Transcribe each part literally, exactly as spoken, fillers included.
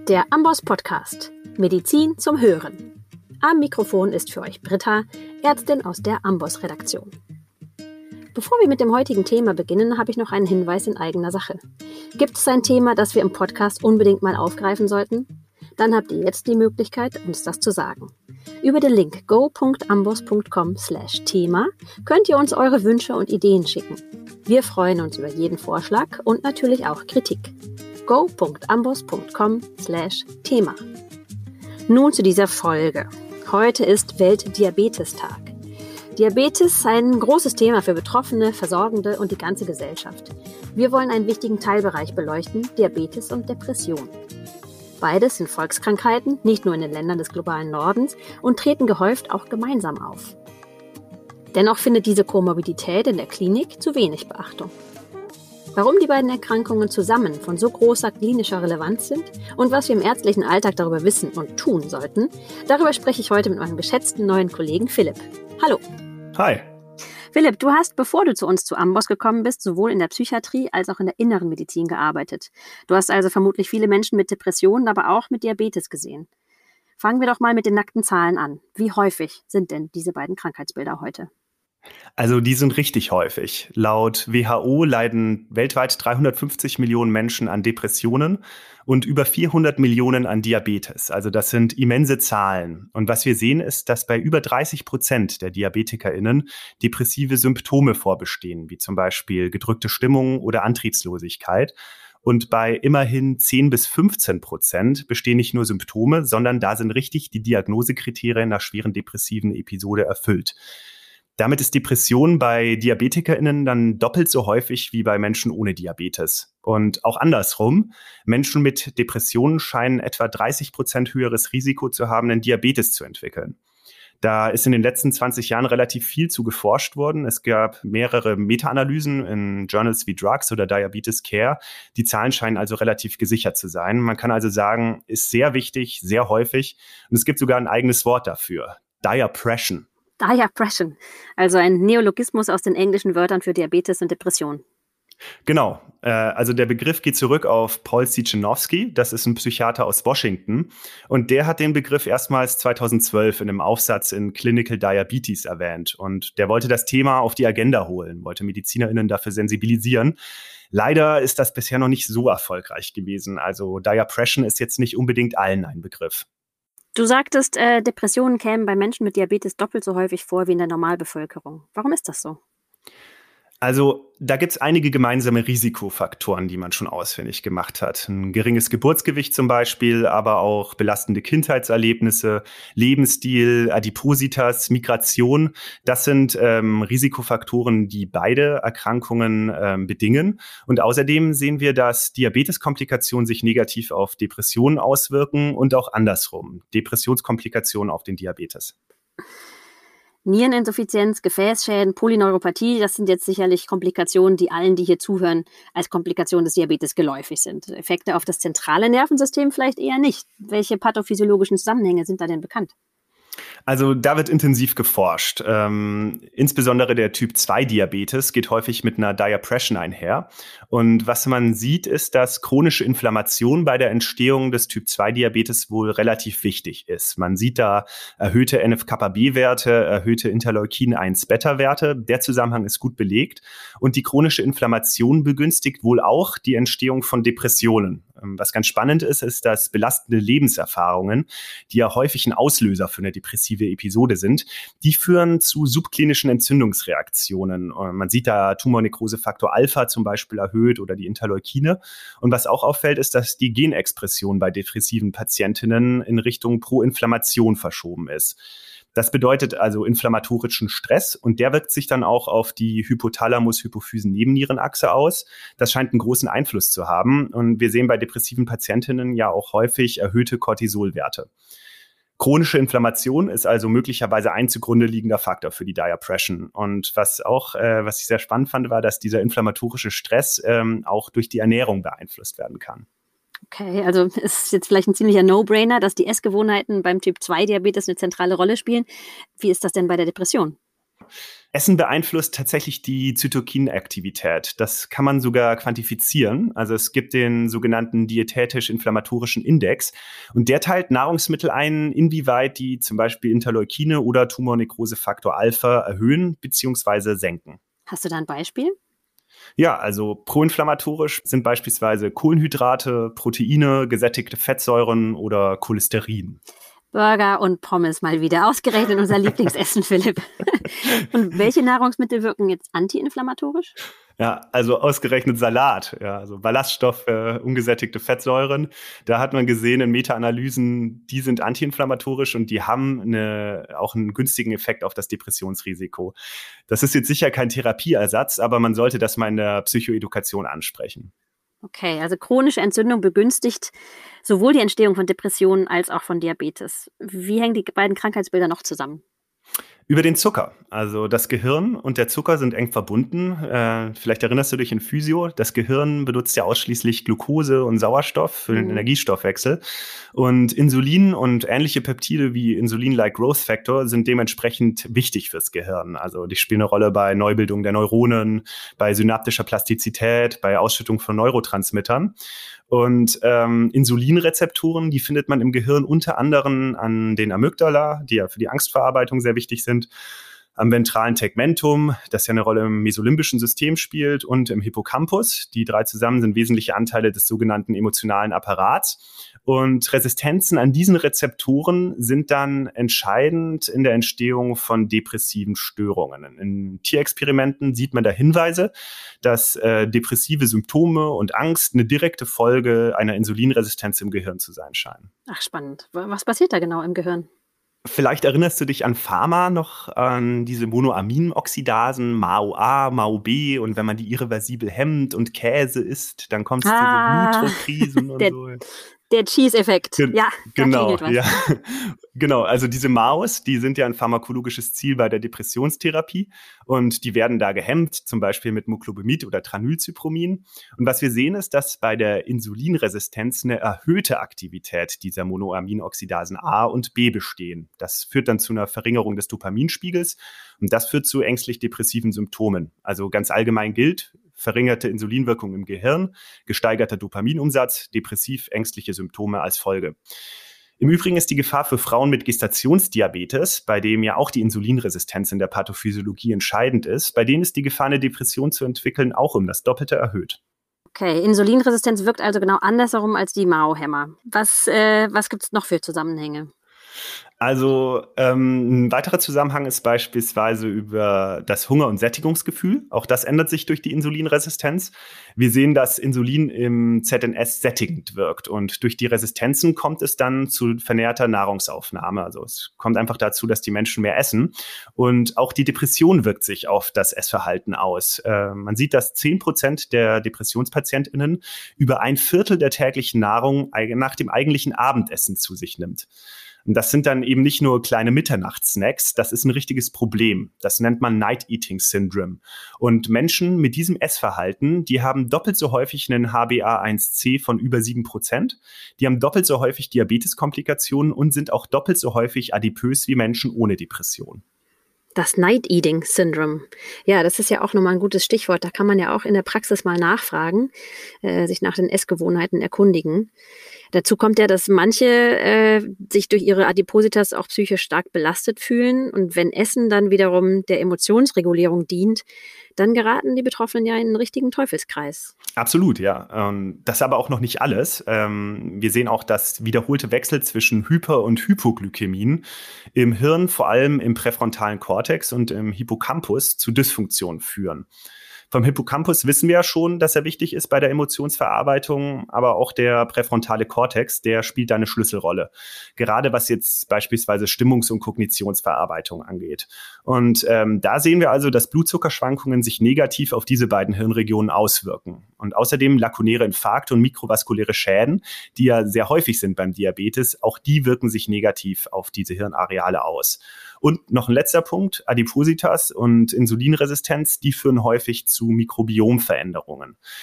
Der Amboss Podcast. Medizin zum Hören. Am Mikrofon ist für euch Britta, Ärztin aus der Amboss-Redaktion. Bevor wir mit dem heutigen Thema beginnen, habe ich noch einen Hinweis in eigener Sache. Gibt es ein Thema, das wir im Podcast unbedingt mal aufgreifen sollten? Dann habt ihr jetzt die Möglichkeit, uns das zu sagen. Über den Link go punkt amboss punkt com slash Thema könnt ihr uns eure Wünsche und Ideen schicken. Wir freuen uns über jeden Vorschlag und natürlich auch Kritik. go punkt amboss punkt com slash Thema. Nun zu dieser Folge. Heute ist Weltdiabetestag. Diabetes ist ein großes Thema für Betroffene, Versorgende und die ganze Gesellschaft. Wir wollen einen wichtigen Teilbereich beleuchten, Diabetes und Depression. Beides sind Volkskrankheiten, nicht nur in den Ländern des globalen Nordens, und treten gehäuft auch gemeinsam auf. Dennoch findet diese Komorbidität in der Klinik zu wenig Beachtung. Warum die beiden Erkrankungen zusammen von so großer klinischer Relevanz sind und was wir im ärztlichen Alltag darüber wissen und tun sollten, darüber spreche ich heute mit meinem geschätzten neuen Kollegen Philipp. Hallo. Hi. Philipp, du hast, bevor du zu uns zu Amboss gekommen bist, sowohl in der Psychiatrie als auch in der inneren Medizin gearbeitet. Du hast also vermutlich viele Menschen mit Depressionen, aber auch mit Diabetes gesehen. Fangen wir doch mal mit den nackten Zahlen an. Wie häufig sind denn diese beiden Krankheitsbilder heute? Also die sind richtig häufig. Laut W H O leiden weltweit dreihundertfünfzig Millionen Menschen an Depressionen und über vierhundert Millionen an Diabetes. Also das sind immense Zahlen. Und was wir sehen, ist, dass bei über dreißig Prozent der DiabetikerInnen depressive Symptome vorbestehen, wie zum Beispiel gedrückte Stimmung oder Antriebslosigkeit. Und bei immerhin zehn bis fünfzehn Prozent bestehen nicht nur Symptome, sondern da sind richtig die Diagnosekriterien einer schweren depressiven Episode erfüllt. Damit ist Depression bei DiabetikerInnen dann doppelt so häufig wie bei Menschen ohne Diabetes. Und auch andersrum, Menschen mit Depressionen scheinen etwa dreißig Prozent höheres Risiko zu haben, einen Diabetes zu entwickeln. Da ist in den letzten zwanzig Jahren relativ viel zu geforscht worden. Es gab mehrere Meta-Analysen in Journals wie Drugs oder Diabetes Care. Die Zahlen scheinen also relativ gesichert zu sein. Man kann also sagen, ist sehr wichtig, sehr häufig. Und es gibt sogar ein eigenes Wort dafür: Diapression. Diapression, also ein Neologismus aus den englischen Wörtern für Diabetes und Depression. Genau, äh, also der Begriff geht zurück auf Paul Ciechanowski, das ist ein Psychiater aus Washington, und der hat den Begriff erstmals zweitausendzwölf in einem Aufsatz in Clinical Diabetes erwähnt, und der wollte das Thema auf die Agenda holen, wollte MedizinerInnen dafür sensibilisieren. Leider ist das bisher noch nicht so erfolgreich gewesen, also Diapression ist jetzt nicht unbedingt allen ein Begriff. Du sagtest, äh, Depressionen kämen bei Menschen mit Diabetes doppelt so häufig vor wie in der Normalbevölkerung. Warum ist das so? Also da gibt es einige gemeinsame Risikofaktoren, die man schon ausfindig gemacht hat. Ein geringes Geburtsgewicht zum Beispiel, aber auch belastende Kindheitserlebnisse, Lebensstil, Adipositas, Migration. Das sind ähm, Risikofaktoren, die beide Erkrankungen ähm, bedingen. Und außerdem sehen wir, dass Diabeteskomplikationen sich negativ auf Depressionen auswirken und auch andersrum. Depressionskomplikationen auf den Diabetes. Niereninsuffizienz, Gefäßschäden, Polyneuropathie, das sind jetzt sicherlich Komplikationen, die allen, die hier zuhören, als Komplikation des Diabetes geläufig sind. Effekte auf das zentrale Nervensystem vielleicht eher nicht. Welche pathophysiologischen Zusammenhänge sind da denn bekannt? Also da wird intensiv geforscht. Ähm, insbesondere der Typ zwei Diabetes geht häufig mit einer Diapression einher. Und was man sieht, ist, dass chronische Inflammation bei der Entstehung des Typ zwei Diabetes wohl relativ wichtig ist. Man sieht da erhöhte N F kappa B Werte, erhöhte Interleukin eins Beta Werte. Der Zusammenhang ist gut belegt. Und die chronische Inflammation begünstigt wohl auch die Entstehung von Depressionen. Was ganz spannend ist, ist, dass belastende Lebenserfahrungen, die ja häufig ein Auslöser für eine depressive Episode sind, die führen zu subklinischen Entzündungsreaktionen. Man sieht da Tumornekrosefaktor Alpha zum Beispiel erhöht oder die Interleukine. Und was auch auffällt, ist, dass die Genexpression bei depressiven Patientinnen in Richtung Proinflammation verschoben ist. Das bedeutet also inflammatorischen Stress, und der wirkt sich dann auch auf die Hypothalamus-Hypophysen-Nebennierenachse aus. Das scheint einen großen Einfluss zu haben, und wir sehen bei depressiven Patientinnen ja auch häufig erhöhte Cortisolwerte. Chronische Inflammation ist also möglicherweise ein zugrunde liegender Faktor für die Diapression. Und was auch, äh, was ich sehr spannend fand, war, dass dieser inflammatorische Stress ähm, auch durch die Ernährung beeinflusst werden kann. Okay, also ist jetzt vielleicht ein ziemlicher No-Brainer, dass die Essgewohnheiten beim Typ zwei Diabetes eine zentrale Rolle spielen. Wie ist das denn bei der Depression? Essen beeinflusst tatsächlich die Zytokinaktivität. Das kann man sogar quantifizieren. Also es gibt den sogenannten diätetisch-inflammatorischen Index und der teilt Nahrungsmittel ein, inwieweit die zum Beispiel Interleukine oder Tumornekrosefaktor Alpha erhöhen bzw. senken. Hast du da ein Beispiel? Ja, also proinflammatorisch sind beispielsweise Kohlenhydrate, Proteine, gesättigte Fettsäuren oder Cholesterin. Burger und Pommes mal wieder. Ausgerechnet unser Lieblingsessen, Philipp. Und welche Nahrungsmittel wirken jetzt antiinflammatorisch? Ja, also ausgerechnet Salat, ja, also Ballaststoffe, äh, ungesättigte Fettsäuren. Da hat man gesehen in Meta-Analysen, die sind antiinflammatorisch und die haben eine, auch einen günstigen Effekt auf das Depressionsrisiko. Das ist jetzt sicher kein Therapieersatz, aber man sollte das mal in der Psychoedukation ansprechen. Okay, also chronische Entzündung begünstigt sowohl die Entstehung von Depressionen als auch von Diabetes. Wie hängen die beiden Krankheitsbilder noch zusammen? Über den Zucker. Also das Gehirn und der Zucker sind eng verbunden. Äh, vielleicht erinnerst du dich in Physio, das Gehirn benutzt ja ausschließlich Glucose und Sauerstoff für den mhm. Energiestoffwechsel. Und Insulin und ähnliche Peptide wie Insulin-like Growth Factor sind dementsprechend wichtig fürs Gehirn. Also die spielen eine Rolle bei Neubildung der Neuronen, bei synaptischer Plastizität, bei Ausschüttung von Neurotransmittern. Und ähm, Insulinrezeptoren, die findet man im Gehirn unter anderem an den Amygdala, die ja für die Angstverarbeitung sehr wichtig sind, am ventralen Tegmentum, das ja eine Rolle im mesolimbischen System spielt, und im Hippocampus. Die drei zusammen sind wesentliche Anteile des sogenannten emotionalen Apparats. Und Resistenzen an diesen Rezeptoren sind dann entscheidend in der Entstehung von depressiven Störungen. In Tierexperimenten sieht man da Hinweise, dass äh, depressive Symptome und Angst eine direkte Folge einer Insulinresistenz im Gehirn zu sein scheinen. Ach, spannend. Was passiert da genau im Gehirn? Vielleicht erinnerst du dich an Pharma noch, an diese Monoaminoxidasen, M A O A, M A O B, und wenn man die irreversibel hemmt und Käse isst, dann kommt es ah, zu so Blutdruckkrisen und der, so. Der Cheese-Effekt, Gen- ja, da genau, klingelt was. Ja. Genau, also diese M A Os, die sind ja ein pharmakologisches Ziel bei der Depressionstherapie und die werden da gehemmt, zum Beispiel mit Muclobemid oder Tranylcypromin. Und was wir sehen ist, dass bei der Insulinresistenz eine erhöhte Aktivität dieser Monoaminoxidasen A und B bestehen. Das führt dann zu einer Verringerung des Dopaminspiegels und das führt zu ängstlich-depressiven Symptomen. Also ganz allgemein gilt, verringerte Insulinwirkung im Gehirn, gesteigerter Dopaminumsatz, depressiv-ängstliche Symptome als Folge. Im Übrigen ist die Gefahr für Frauen mit Gestationsdiabetes, bei dem ja auch die Insulinresistenz in der Pathophysiologie entscheidend ist, bei denen ist die Gefahr, eine Depression zu entwickeln, auch um das Doppelte erhöht. Okay, Insulinresistenz wirkt also genau andersherum als die M A O-Hämmer. Was, äh, was gibt es noch für Zusammenhänge? Also ähm, ein weiterer Zusammenhang ist beispielsweise über das Hunger- und Sättigungsgefühl. Auch das ändert sich durch die Insulinresistenz. Wir sehen, dass Insulin im Z N S sättigend wirkt und durch die Resistenzen kommt es dann zu vermehrter Nahrungsaufnahme. Also es kommt einfach dazu, dass die Menschen mehr essen und auch die Depression wirkt sich auf das Essverhalten aus. Äh, man sieht, dass zehn Prozent der DepressionspatientInnen über ein Viertel der täglichen Nahrung nach dem eigentlichen Abendessen zu sich nimmt. Und das sind dann eben nicht nur kleine Mitternachtssnacks, das ist ein richtiges Problem. Das nennt man Night Eating Syndrome. Und Menschen mit diesem Essverhalten, die haben doppelt so häufig einen H b A eins C von über sieben Prozent, die haben doppelt so häufig Diabeteskomplikationen und sind auch doppelt so häufig adipös wie Menschen ohne Depression. Das Night Eating Syndrome. Ja, das ist ja auch nochmal ein gutes Stichwort. Da kann man ja auch in der Praxis mal nachfragen, äh, sich nach den Essgewohnheiten erkundigen. Dazu kommt ja, dass manche äh, sich durch ihre Adipositas auch psychisch stark belastet fühlen. Und wenn Essen dann wiederum der Emotionsregulierung dient, dann geraten die Betroffenen ja in einen richtigen Teufelskreis. Absolut, ja. Das ist aber auch noch nicht alles. Wir sehen auch, dass wiederholte Wechsel zwischen Hyper- und Hypoglykämien im Hirn, vor allem im präfrontalen Kortex und im Hippocampus, zu Dysfunktionen führen. Vom Hippocampus wissen wir ja schon, dass er wichtig ist bei der Emotionsverarbeitung, aber auch der präfrontale Kortex, der spielt da eine Schlüsselrolle. Gerade was jetzt beispielsweise Stimmungs- und Kognitionsverarbeitung angeht. Und ähm, da sehen wir also, dass Blutzuckerschwankungen sich negativ auf diese beiden Hirnregionen auswirken. Und außerdem lakunäre Infarkte und mikrovaskuläre Schäden, die ja sehr häufig sind beim Diabetes, auch die wirken sich negativ auf diese Hirnareale aus. Und noch ein letzter Punkt, Adipositas und Insulinresistenz, die führen häufig zu Mikrobiomveränderungen.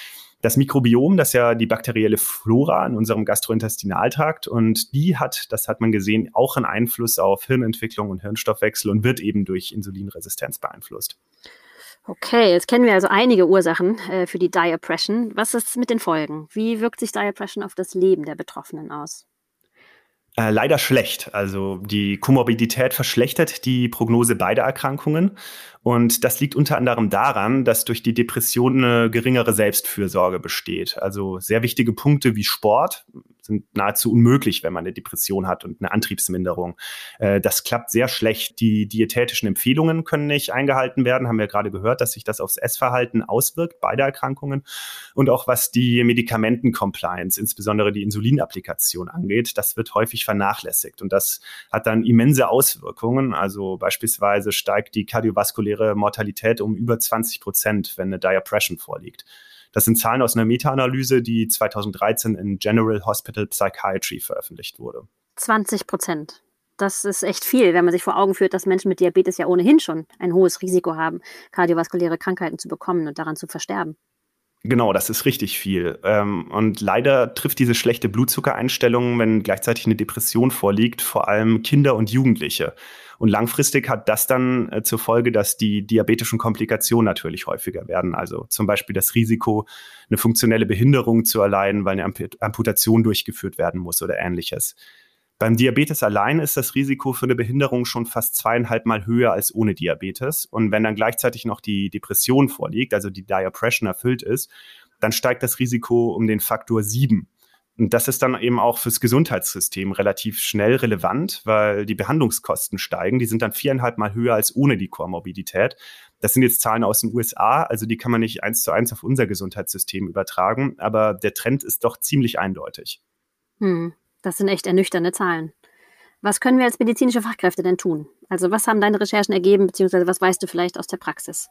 Das Mikrobiom, das ist ja die bakterielle Flora in unserem Gastrointestinaltrakt und die hat, das hat man gesehen, auch einen Einfluss auf Hirnentwicklung und Hirnstoffwechsel und wird eben durch Insulinresistenz beeinflusst. Okay, jetzt kennen wir also einige Ursachen äh, für die Diapression. Was ist mit den Folgen? Wie wirkt sich Diapression auf das Leben der Betroffenen aus? Äh, leider schlecht. Also die Komorbidität verschlechtert die Prognose beider Erkrankungen. Und das liegt unter anderem daran, dass durch die Depression eine geringere Selbstfürsorge besteht. Also sehr wichtige Punkte wie Sport sind nahezu unmöglich, wenn man eine Depression hat und eine Antriebsminderung. Äh, das klappt sehr schlecht. Die diätetischen Empfehlungen können nicht eingehalten werden. Haben wir gerade gehört, dass sich das aufs Essverhalten auswirkt, beide Erkrankungen. Und auch was die Medikamentencompliance, insbesondere die Insulinapplikation angeht, das wird häufig vernachlässigt. Und das hat dann immense Auswirkungen. Also beispielsweise steigt die kardiovaskuläre Mortalität um über zwanzig Prozent, wenn eine Diapression vorliegt. Das sind Zahlen aus einer Meta-Analyse, die zweitausenddreizehn in General Hospital Psychiatry veröffentlicht wurde. zwanzig Prozent. Das ist echt viel, wenn man sich vor Augen führt, dass Menschen mit Diabetes ja ohnehin schon ein hohes Risiko haben, kardiovaskuläre Krankheiten zu bekommen und daran zu versterben. Genau, das ist richtig viel. Und leider trifft diese schlechte Blutzuckereinstellung, wenn gleichzeitig eine Depression vorliegt, vor allem Kinder und Jugendliche. Und langfristig hat das dann zur Folge, dass die diabetischen Komplikationen natürlich häufiger werden. Also zum Beispiel das Risiko, eine funktionelle Behinderung zu erleiden, weil eine Amputation durchgeführt werden muss oder Ähnliches. Beim Diabetes allein ist das Risiko für eine Behinderung schon fast zweieinhalb Mal höher als ohne Diabetes. Und wenn dann gleichzeitig noch die Depression vorliegt, also die Diapression erfüllt ist, dann steigt das Risiko um den Faktor sieben. Und das ist dann eben auch fürs Gesundheitssystem relativ schnell relevant, weil die Behandlungskosten steigen. Die sind dann viereinhalb Mal höher als ohne die Komorbidität. Das sind jetzt Zahlen aus den U S A, also die kann man nicht eins zu eins auf unser Gesundheitssystem übertragen. Aber der Trend ist doch ziemlich eindeutig. Hm. Das sind echt ernüchternde Zahlen. Was können wir als medizinische Fachkräfte denn tun? Also was haben deine Recherchen ergeben, beziehungsweise was weißt du vielleicht aus der Praxis?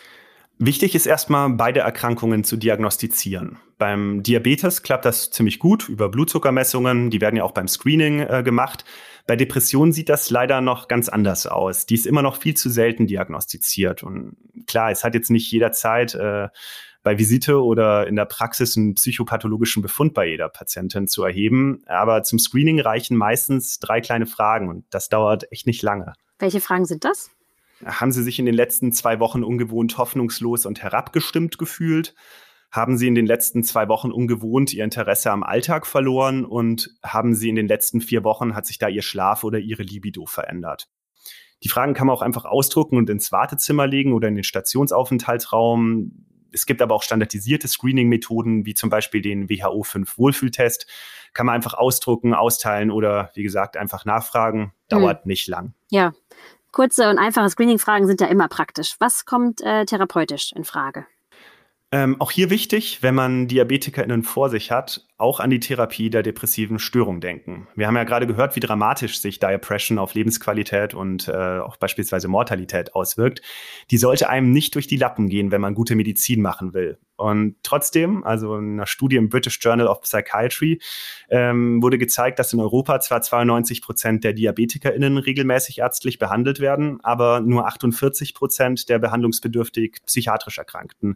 Wichtig ist erstmal, beide Erkrankungen zu diagnostizieren. Beim Diabetes klappt das ziemlich gut über Blutzuckermessungen. Die werden ja auch beim Screening äh, gemacht. Bei Depressionen sieht das leider noch ganz anders aus. Die ist immer noch viel zu selten diagnostiziert. Und klar, es hat jetzt nicht jederzeit äh, bei Visite oder in der Praxis einen psychopathologischen Befund bei jeder Patientin zu erheben. Aber zum Screening reichen meistens drei kleine Fragen und das dauert echt nicht lange. Welche Fragen sind das? Haben Sie sich in den letzten zwei Wochen ungewohnt hoffnungslos und herabgestimmt gefühlt? Haben Sie in den letzten zwei Wochen ungewohnt Ihr Interesse am Alltag verloren? Und haben Sie in den letzten vier Wochen, hat sich da Ihr Schlaf oder Ihre Libido verändert? Die Fragen kann man auch einfach ausdrucken und ins Wartezimmer legen oder in den Stationsaufenthaltsraum. Es gibt aber auch standardisierte Screening-Methoden, wie zum Beispiel den W H O fünf Wohlfühltest. Kann man einfach ausdrucken, austeilen oder, wie gesagt, einfach nachfragen. Dauert hm. nicht lang. Ja, kurze und einfache Screening-Fragen sind ja immer praktisch. Was kommt äh, therapeutisch in Frage? Ähm, auch hier wichtig, wenn man DiabetikerInnen vor sich hat, auch an die Therapie der depressiven Störung denken. Wir haben ja gerade gehört, wie dramatisch sich Diapression auf Lebensqualität und äh, auch beispielsweise Mortalität auswirkt. Die sollte einem nicht durch die Lappen gehen, wenn man gute Medizin machen will. Und trotzdem, also in einer Studie im British Journal of Psychiatry, ähm, wurde gezeigt, dass in Europa zwar zweiundneunzig Prozent der DiabetikerInnen regelmäßig ärztlich behandelt werden, aber nur achtundvierzig Prozent der behandlungsbedürftig psychiatrisch Erkrankten.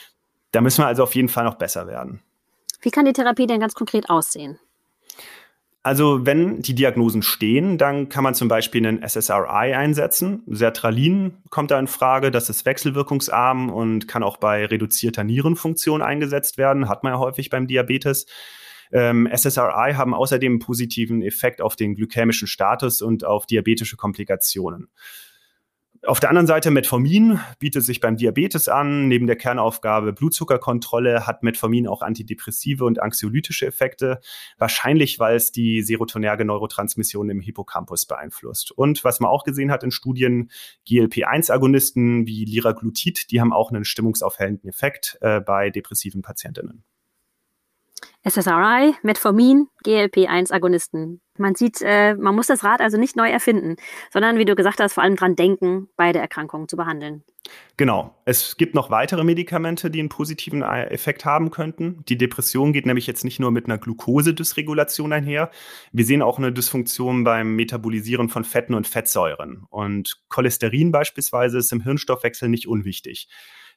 Da müssen wir also auf jeden Fall noch besser werden. Wie kann die Therapie denn ganz konkret aussehen? Also wenn die Diagnosen stehen, dann kann man zum Beispiel einen S S R I einsetzen. Sertralin kommt da in Frage, das ist wechselwirkungsarm und kann auch bei reduzierter Nierenfunktion eingesetzt werden, hat man ja häufig beim Diabetes. Ähm, S S R I haben außerdem einen positiven Effekt auf den glykämischen Status und auf diabetische Komplikationen. Auf der anderen Seite Metformin bietet sich beim Diabetes an. Neben der Kernaufgabe Blutzuckerkontrolle hat Metformin auch antidepressive und anxiolytische Effekte. Wahrscheinlich, weil es die serotonerge Neurotransmission im Hippocampus beeinflusst. Und was man auch gesehen hat in Studien, G L P eins Agonisten wie Liraglutid, die haben auch einen stimmungsaufhellenden Effekt äh, bei depressiven Patientinnen. S S R I, Metformin, G L P eins Agonisten. Man sieht, äh, man muss das Rad also nicht neu erfinden, sondern, wie du gesagt hast, vor allem dran denken, beide Erkrankungen zu behandeln. Genau. Es gibt noch weitere Medikamente, die einen positiven Effekt haben könnten. Die Depression geht nämlich jetzt nicht nur mit einer Glukosedysregulation einher. Wir sehen auch eine Dysfunktion beim Metabolisieren von Fetten und Fettsäuren. Und Cholesterin beispielsweise ist im Hirnstoffwechsel nicht unwichtig.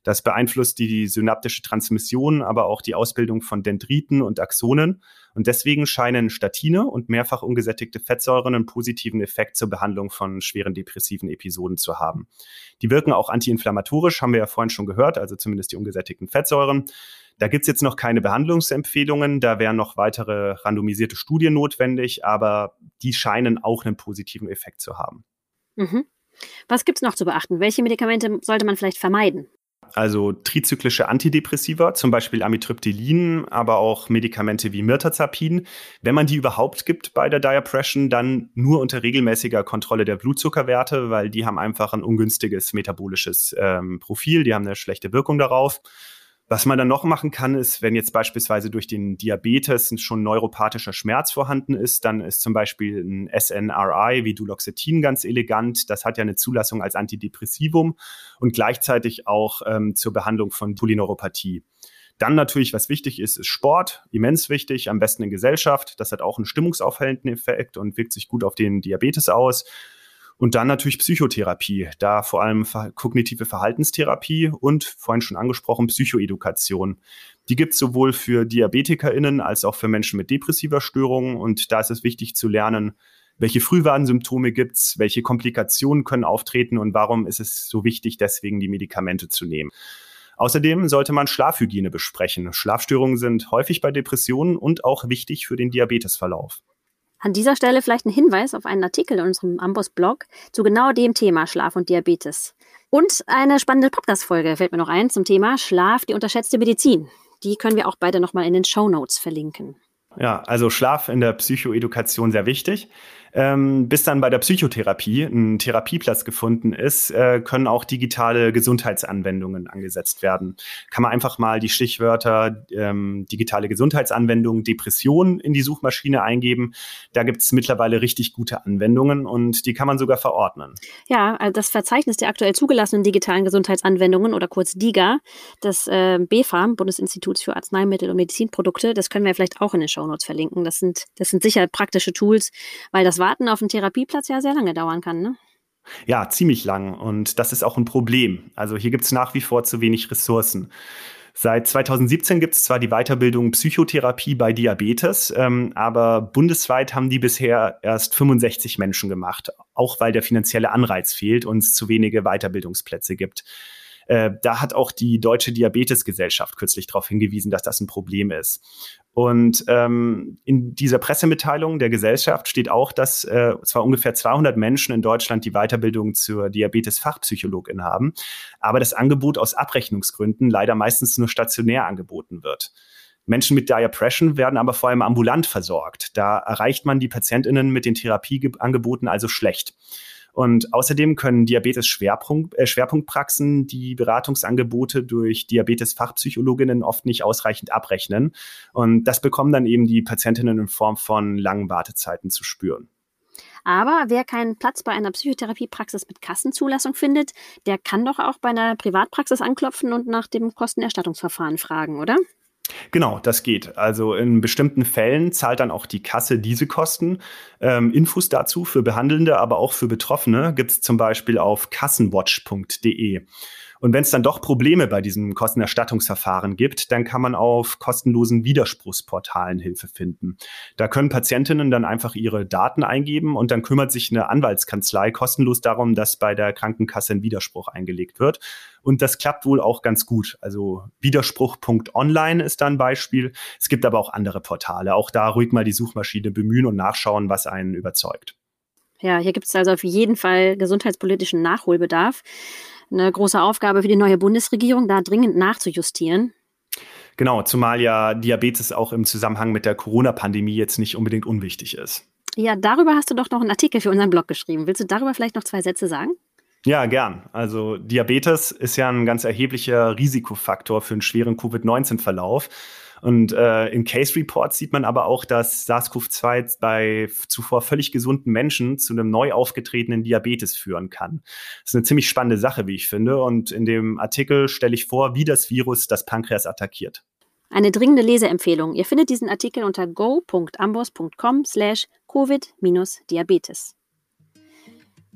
Das beeinflusst die, die synaptische Transmission, aber auch die Ausbildung von Dendriten und Axonen. Und deswegen scheinen Statine und mehrfach ungesättigte Fettsäuren einen positiven Effekt zur Behandlung von schweren depressiven Episoden zu haben. Die wirken auch antiinflammatorisch, haben wir ja vorhin schon gehört, also zumindest die ungesättigten Fettsäuren. Da gibt's jetzt noch keine Behandlungsempfehlungen, da wären noch weitere randomisierte Studien notwendig, aber die scheinen auch einen positiven Effekt zu haben. Mhm. Was gibt's noch zu beachten? Welche Medikamente sollte man vielleicht vermeiden? Also trizyklische Antidepressiva, zum Beispiel Amitriptylin, aber auch Medikamente wie Mirtazapin. Wenn man die überhaupt gibt bei der Diapression, dann nur unter regelmäßiger Kontrolle der Blutzuckerwerte, weil die haben einfach ein ungünstiges metabolisches ähm, Profil, die haben eine schlechte Wirkung darauf. Was man dann noch machen kann, ist, wenn jetzt beispielsweise durch den Diabetes schon neuropathischer Schmerz vorhanden ist, dann ist zum Beispiel ein S N R I wie Duloxetin ganz elegant. Das hat ja eine Zulassung als Antidepressivum und gleichzeitig auch ähm, zur Behandlung von Polyneuropathie. Dann natürlich, was wichtig ist, ist Sport, immens wichtig, am besten in Gesellschaft. Das hat auch einen stimmungsaufhellenden Effekt und wirkt sich gut auf den Diabetes aus. Und dann natürlich Psychotherapie, da vor allem kognitive Verhaltenstherapie und vorhin schon angesprochen Psychoedukation. Die gibt es sowohl für DiabetikerInnen als auch für Menschen mit depressiver Störung. Und da ist es wichtig zu lernen, welche Frühwarnsymptome gibt es, welche Komplikationen können auftreten und warum ist es so wichtig, deswegen die Medikamente zu nehmen. Außerdem sollte man Schlafhygiene besprechen. Schlafstörungen sind häufig bei Depressionen und auch wichtig für den Diabetesverlauf. An dieser Stelle vielleicht ein Hinweis auf einen Artikel in unserem Amboss-Blog zu genau dem Thema Schlaf und Diabetes. Und eine spannende Podcast-Folge fällt mir noch ein zum Thema Schlaf, die unterschätzte Medizin. Die können wir auch beide nochmal in den Shownotes verlinken. Ja, also Schlaf in der Psychoedukation sehr wichtig. Ähm, bis dann bei der Psychotherapie ein Therapieplatz gefunden ist, äh, können auch digitale Gesundheitsanwendungen angesetzt werden. Kann man einfach mal die Stichwörter ähm, digitale Gesundheitsanwendungen, Depression in die Suchmaschine eingeben. Da gibt es mittlerweile richtig gute Anwendungen und die kann man sogar verordnen. Ja, also das Verzeichnis der aktuell zugelassenen digitalen Gesundheitsanwendungen oder kurz DiGA des äh, B F A M, Bundesinstituts für Arzneimittel und Medizinprodukte, das können wir vielleicht auch in den Shownotes verlinken. Das sind, das sind sicher praktische Tools, weil das Warten auf einen Therapieplatz ja sehr lange dauern kann, ne? Ja, ziemlich lang. Und das ist auch ein Problem. Also hier gibt es nach wie vor zu wenig Ressourcen. Seit zwanzig siebzehn gibt es zwar die Weiterbildung Psychotherapie bei Diabetes, ähm, aber bundesweit haben die bisher erst fünfundsechzig Menschen gemacht, auch weil der finanzielle Anreiz fehlt und es zu wenige Weiterbildungsplätze gibt. Äh, da hat auch die Deutsche Diabetesgesellschaft kürzlich darauf hingewiesen, dass das ein Problem ist. Und ähm, in dieser Pressemitteilung der Gesellschaft steht auch, dass äh, zwar ungefähr zweihundert Menschen in Deutschland die Weiterbildung zur Diabetes-Fachpsychologin haben, aber das Angebot aus Abrechnungsgründen leider meistens nur stationär angeboten wird. Menschen mit Diapression werden aber vor allem ambulant versorgt. Da erreicht man die PatientInnen mit den Therapieangeboten also schlecht. Und außerdem können Diabetes-Schwerpunkt, äh, Schwerpunktpraxen die Beratungsangebote durch Diabetes-Fachpsychologinnen oft nicht ausreichend abrechnen. Und das bekommen dann eben die Patientinnen in Form von langen Wartezeiten zu spüren. Aber wer keinen Platz bei einer Psychotherapiepraxis mit Kassenzulassung findet, der kann doch auch bei einer Privatpraxis anklopfen und nach dem Kostenerstattungsverfahren fragen, oder? Genau, das geht. Also in bestimmten Fällen zahlt dann auch die Kasse diese Kosten. Ähm, Infos dazu für Behandelnde, aber auch für Betroffene gibt es zum Beispiel auf kassenwatch punkt de. Und wenn es dann doch Probleme bei diesem Kostenerstattungsverfahren gibt, dann kann man auf kostenlosen Widerspruchsportalen Hilfe finden. Da können Patientinnen dann einfach ihre Daten eingeben und dann kümmert sich eine Anwaltskanzlei kostenlos darum, dass bei der Krankenkasse ein Widerspruch eingelegt wird. Und das klappt wohl auch ganz gut. Also widerspruch punkt online ist da ein Beispiel. Es gibt aber auch andere Portale. Auch da ruhig mal die Suchmaschine bemühen und nachschauen, was einen überzeugt. Ja, hier gibt es also auf jeden Fall gesundheitspolitischen Nachholbedarf. Eine große Aufgabe für die neue Bundesregierung, da dringend nachzujustieren. Genau, zumal ja Diabetes auch im Zusammenhang mit der Corona-Pandemie jetzt nicht unbedingt unwichtig ist. Ja, darüber hast du doch noch einen Artikel für unseren Blog geschrieben. Willst du darüber vielleicht noch zwei Sätze sagen? Ja, gern. Also Diabetes ist ja ein ganz erheblicher Risikofaktor für einen schweren Covid neunzehn Verlauf. Und äh, in Case Reports sieht man aber auch, dass SARS-C o V zwei bei zuvor völlig gesunden Menschen zu einem neu aufgetretenen Diabetes führen kann. Das ist eine ziemlich spannende Sache, wie ich finde. Und in dem Artikel stelle ich vor, wie das Virus das Pankreas attackiert. Eine dringende Leseempfehlung. Ihr findet diesen Artikel unter go punkt amboss punkt com slash covid Diabetes.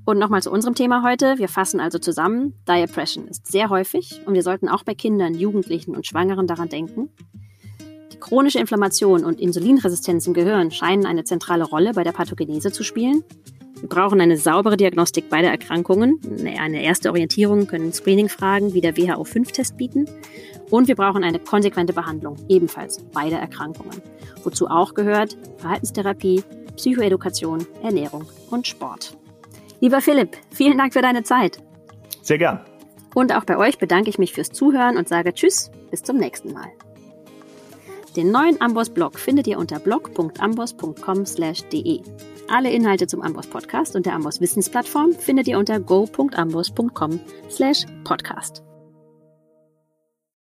Und nochmal zu unserem Thema heute. Wir fassen also zusammen, Diapression ist sehr häufig und wir sollten auch bei Kindern, Jugendlichen und Schwangeren daran denken. Die chronische Inflammation und Insulinresistenz im Gehirn scheinen eine zentrale Rolle bei der Pathogenese zu spielen. Wir brauchen eine saubere Diagnostik beider Erkrankungen. Eine erste Orientierung können Screening-Fragen wie der W H O fünf Test bieten. Und wir brauchen eine konsequente Behandlung, ebenfalls beider Erkrankungen. Wozu auch gehört Verhaltenstherapie, Psychoedukation, Ernährung und Sport. Lieber Philipp, vielen Dank für deine Zeit. Sehr gern. Und auch bei euch bedanke ich mich fürs Zuhören und sage Tschüss, bis zum nächsten Mal. Den neuen Amboss-Blog findet ihr unter blog punkt amboss punkt com slash de. Alle Inhalte zum Amboss-Podcast und der Amboss-Wissensplattform findet ihr unter go punkt amboss punkt com slash podcast.